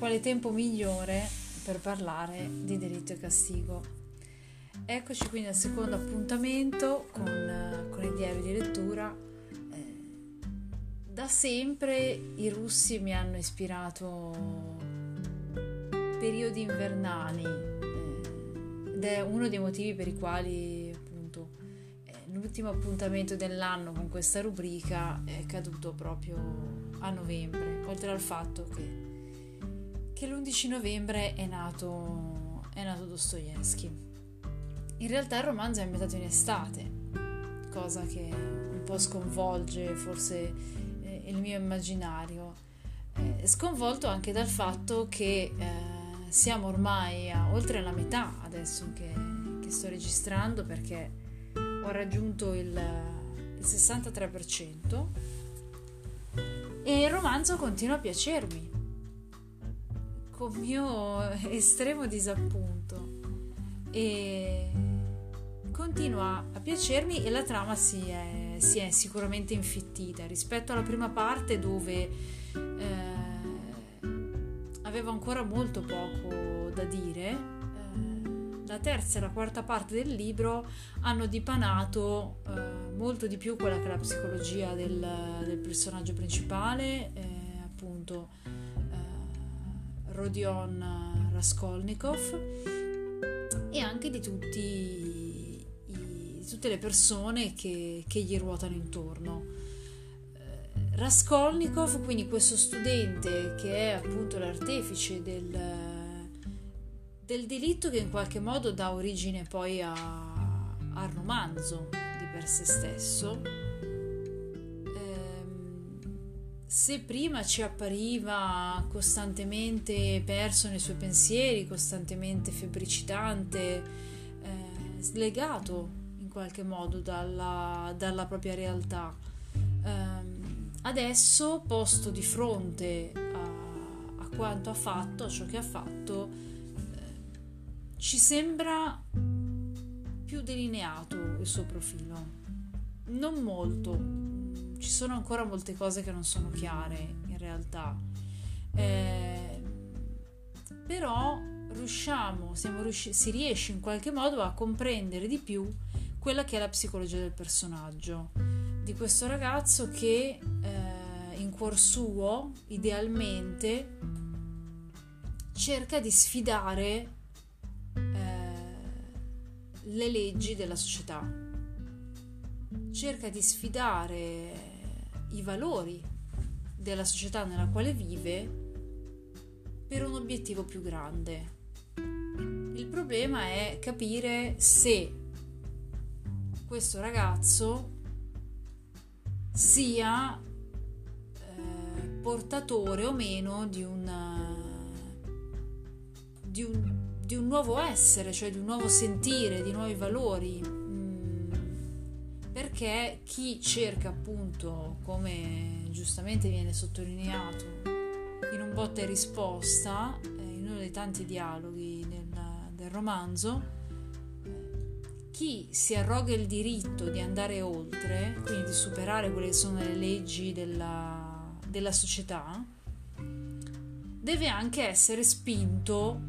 quale tempo migliore per parlare di Delitto e Castigo. Eccoci quindi al secondo appuntamento con il diario di lettura. Da sempre i russi mi hanno ispirato periodi invernali ed è uno dei motivi per i quali appunto l'ultimo appuntamento dell'anno con questa rubrica è caduto proprio a novembre, oltre al fatto che l'11 novembre è nato Dostoevskij. In realtà il romanzo è ambientato in estate, cosa che un po' sconvolge forse il mio immaginario, sconvolto anche dal fatto che siamo ormai oltre la metà adesso che sto registrando, perché ho raggiunto il 63% e il romanzo continua a piacermi con mio estremo disappunto, e continua a piacermi e la trama si è sicuramente infittita rispetto alla prima parte, dove avevo ancora molto poco da dire. La terza e la quarta parte del libro hanno dipanato molto di più quella che è la psicologia del personaggio principale, appunto Rodion Raskolnikov, e anche di tutte le persone che gli ruotano intorno. Raskolnikov, quindi questo studente che è appunto l'artefice del delitto che in qualche modo dà origine poi al romanzo di per sé stesso. Se prima ci appariva costantemente perso nei suoi pensieri, costantemente febbricitante, slegato in qualche modo dalla propria realtà, adesso, posto di fronte a quanto ha fatto, a ciò che ha fatto, ci sembra più delineato il suo profilo. Non molto, ci sono ancora molte cose che non sono chiare in realtà, però si riesce in qualche modo a comprendere di più quella che è la psicologia del personaggio, di questo ragazzo che in cuor suo idealmente cerca di sfidare le leggi della società, cerca di sfidare i valori della società nella quale vive per un obiettivo più grande. Il problema è capire se questo ragazzo sia portatore o meno di un nuovo essere, cioè di un nuovo sentire, di nuovi valori, perché chi cerca, appunto, come giustamente viene sottolineato in un botta e risposta, in uno dei tanti dialoghi del romanzo, chi si arroga il diritto di andare oltre, quindi di superare quelle che sono le leggi della società, deve anche essere spinto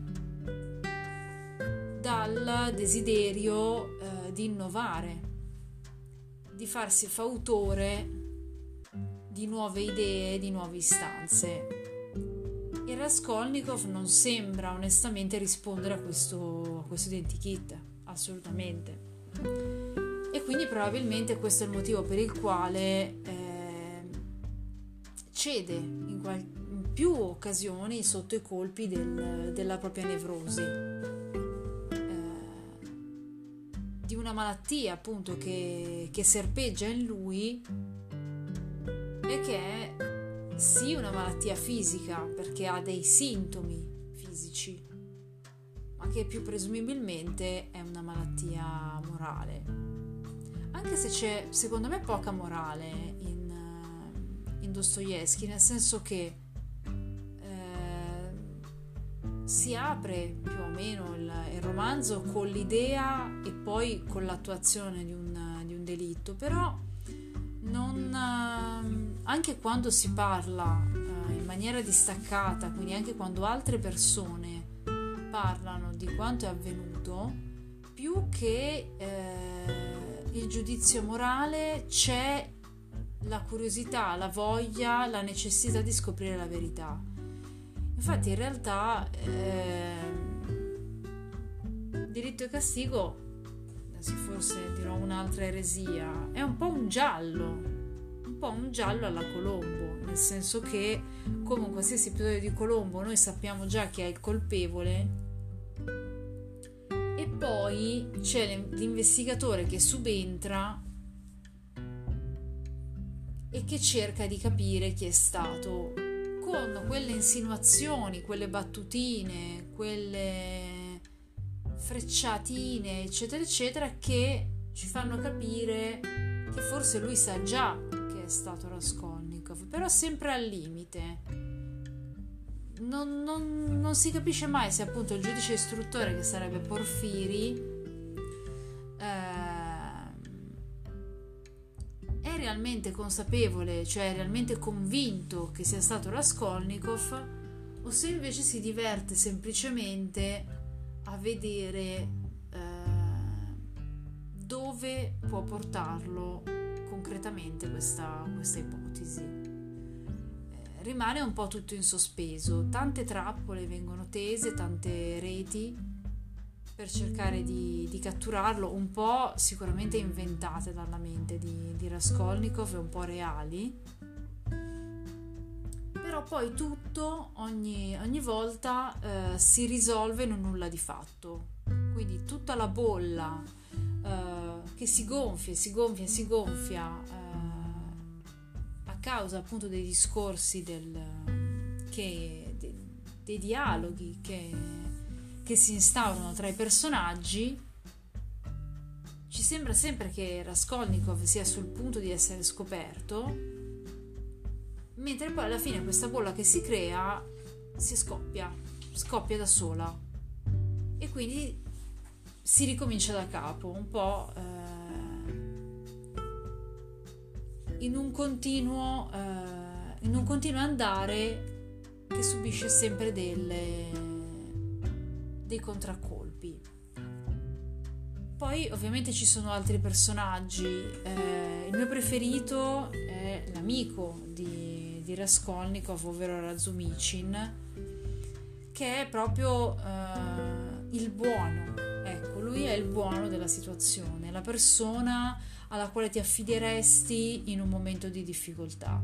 dal desiderio di innovare, di farsi fautore di nuove idee, di nuove istanze. E Raskolnikov non sembra onestamente rispondere a questo identikit, assolutamente. E quindi probabilmente questo è il motivo per il quale cede in più occasioni sotto i colpi della propria nevrosi, di una malattia appunto che serpeggia in lui, e che è sì una malattia fisica, perché ha dei sintomi fisici, ma che più presumibilmente è una malattia morale, anche se c'è secondo me poca morale in Dostoevskij, nel senso che si apre più o meno il romanzo con l'idea e poi con l'attuazione di un delitto, però non, anche quando si parla in maniera distaccata, quindi anche quando altre persone parlano di quanto è avvenuto, più che il giudizio morale c'è la curiosità, la voglia, la necessità di scoprire la verità. Infatti in realtà Diritto e Castigo, adesso forse dirò un'altra eresia, è un po' un giallo alla Colombo, nel senso che come in qualsiasi episodio di Colombo noi sappiamo già chi è il colpevole e poi c'è l'investigatore che subentra e che cerca di capire chi è stato, con quelle insinuazioni, quelle battutine, quelle frecciatine, eccetera, eccetera, che ci fanno capire che forse lui sa già che è stato Raskolnikov, però sempre al limite. Non si capisce mai se appunto il giudice istruttore, che sarebbe Porfiri, è realmente consapevole, cioè è realmente convinto che sia stato Raskolnikov, o se invece si diverte semplicemente a vedere dove può portarlo concretamente questa ipotesi. Rimane un po' tutto in sospeso, tante trappole vengono tese, tante reti per cercare di catturarlo, un po' sicuramente inventate dalla mente di Raskolnikov e un po' reali, però poi tutto ogni volta si risolve in un nulla di fatto, quindi tutta la bolla che si gonfia a causa appunto dei discorsi dei dialoghi che si instaurano tra i personaggi. Ci sembra sempre che Raskolnikov sia sul punto di essere scoperto, mentre poi alla fine questa bolla che si crea scoppia da sola, e quindi si ricomincia da capo, un po' in un continuo andare che subisce sempre dei contraccolpi. Poi ovviamente ci sono altri personaggi, il mio preferito è l'amico di Raskolnikov, ovvero Razumichin, che è proprio il buono, ecco, lui è il buono della situazione, la persona alla quale ti affideresti in un momento di difficoltà.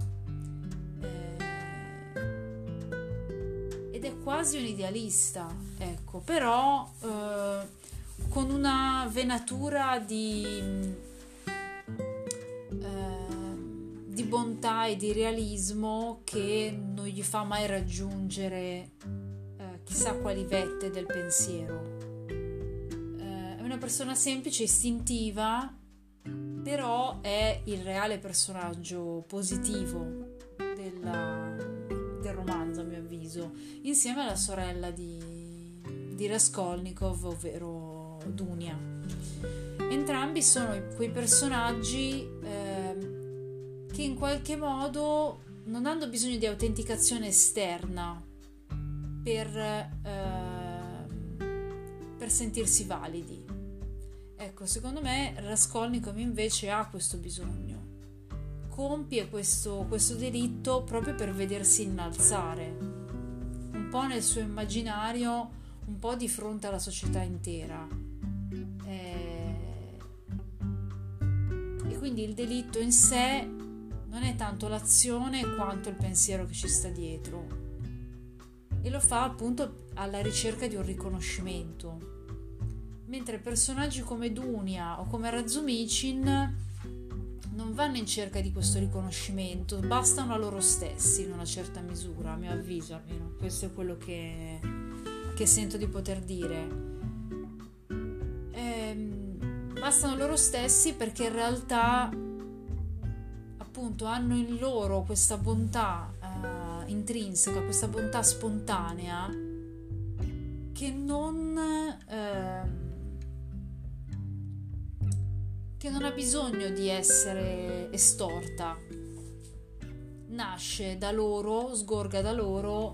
Ed è quasi un idealista, ecco, però con una venatura di bontà e di realismo che non gli fa mai raggiungere chissà quali vette del pensiero. È una persona semplice, istintiva, però è il reale personaggio positivo del romanzo, a mio avviso, insieme alla sorella di Raskolnikov, ovvero Dunia. Entrambi sono quei personaggi che in qualche modo non hanno bisogno di autenticazione esterna per sentirsi validi. Ecco, secondo me Raskolnikov invece ha questo bisogno, compie questo delitto proprio per vedersi innalzare, un po' nel suo immaginario, un po' di fronte alla società intera. E quindi il delitto in sé non è tanto l'azione quanto il pensiero che ci sta dietro, e lo fa appunto alla ricerca di un riconoscimento, mentre personaggi come Dunia o come Razumichin non vanno in cerca di questo riconoscimento, bastano a loro stessi in una certa misura, a mio avviso, almeno questo è quello che sento di poter dire. Bastano loro stessi perché in realtà appunto hanno in loro questa bontà intrinseca, questa bontà spontanea che non ha bisogno di essere estorta, nasce da loro, sgorga da loro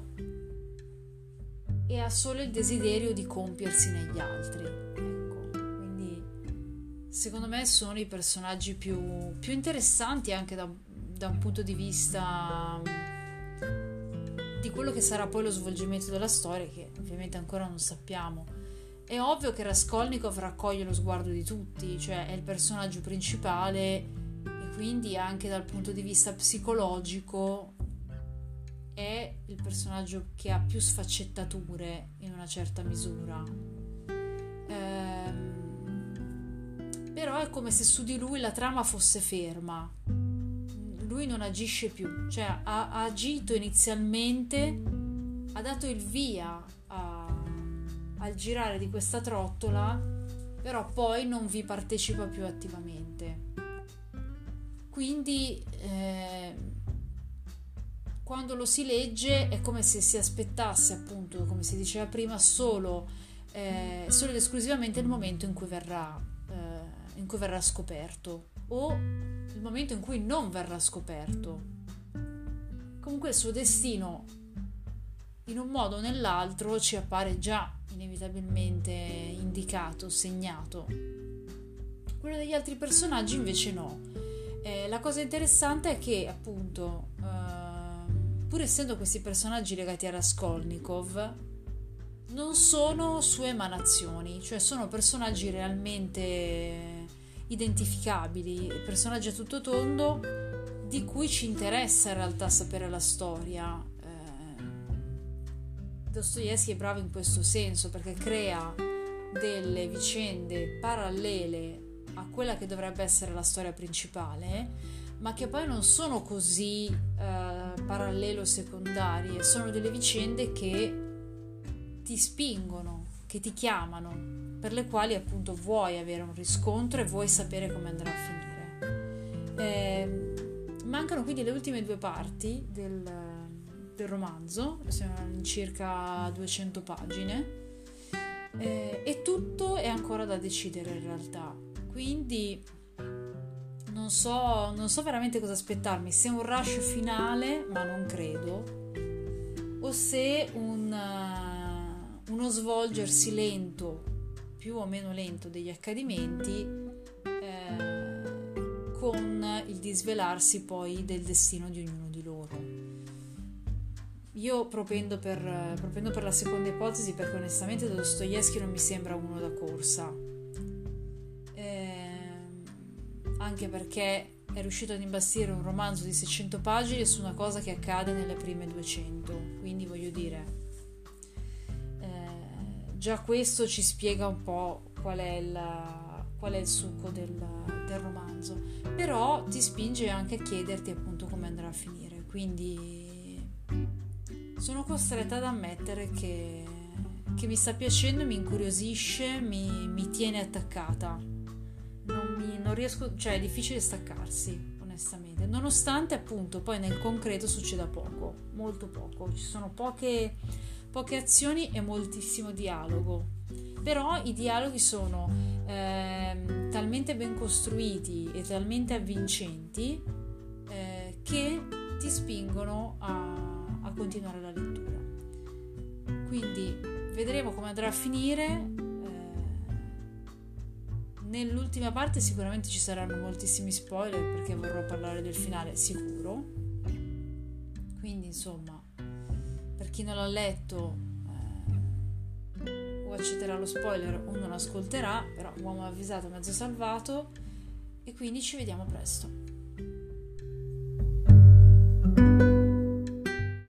e ha solo il desiderio di compiersi negli altri. Ecco, quindi secondo me sono i personaggi più interessanti anche da un punto di vista di quello che sarà poi lo svolgimento della storia, che ovviamente ancora non sappiamo. È ovvio che Raskolnikov raccoglie lo sguardo di tutti, cioè è il personaggio principale e quindi anche dal punto di vista psicologico è il personaggio che ha più sfaccettature in una certa misura. Però è come se su di lui la trama fosse ferma. Lui non agisce più, cioè ha agito inizialmente, ha dato il via al girare di questa trottola, però poi non vi partecipa più attivamente. Quindi quando lo si legge è come se si aspettasse, appunto, come si diceva prima, solo ed esclusivamente il momento in cui verrà scoperto, o il momento in cui non verrà scoperto. Comunque il suo destino in un modo o nell'altro ci appare già inevitabilmente indicato, segnato. Quello degli altri personaggi invece no. La cosa interessante è che appunto pur essendo questi personaggi legati a Raskolnikov, non sono sue emanazioni, cioè sono personaggi realmente identificabili, personaggi a tutto tondo di cui ci interessa in realtà sapere la storia. Dostoevskij è bravo in questo senso perché crea delle vicende parallele a quella che dovrebbe essere la storia principale, ma che poi non sono così parallelo secondarie, sono delle vicende che ti spingono, che ti chiamano, per le quali appunto vuoi avere un riscontro e vuoi sapere come andrà a finire. Mancano quindi le ultime due parti del romanzo, siamo in circa 200 pagine, e tutto è ancora da decidere in realtà, quindi non so veramente cosa aspettarmi, se un rush finale, ma non credo, o se uno svolgersi lento, più o meno lento, degli accadimenti, con il disvelarsi poi del destino di ognuno di loro. Io propendo per la seconda ipotesi, perché onestamente Dostoevskij non mi sembra uno da corsa, anche perché è riuscito ad imbastire un romanzo di 600 pagine su una cosa che accade nelle prime 200, quindi voglio dire, già questo ci spiega un po' qual è il succo del romanzo, però ti spinge anche a chiederti appunto come andrà a finire, quindi sono costretta ad ammettere che mi sta piacendo, mi incuriosisce, mi tiene attaccata, non riesco, cioè è difficile staccarsi onestamente, nonostante appunto poi nel concreto succeda poco, molto poco, ci sono poche azioni e moltissimo dialogo, però i dialoghi sono talmente ben costruiti e talmente avvincenti che ti spingono a continuare la lettura. Quindi vedremo come andrà a finire. Nell'ultima parte sicuramente ci saranno moltissimi spoiler perché vorrò parlare del finale sicuro, quindi insomma, per chi non l'ha letto o accetterà lo spoiler o non ascolterà, però uomo avvisato mezzo salvato, e quindi ci vediamo presto.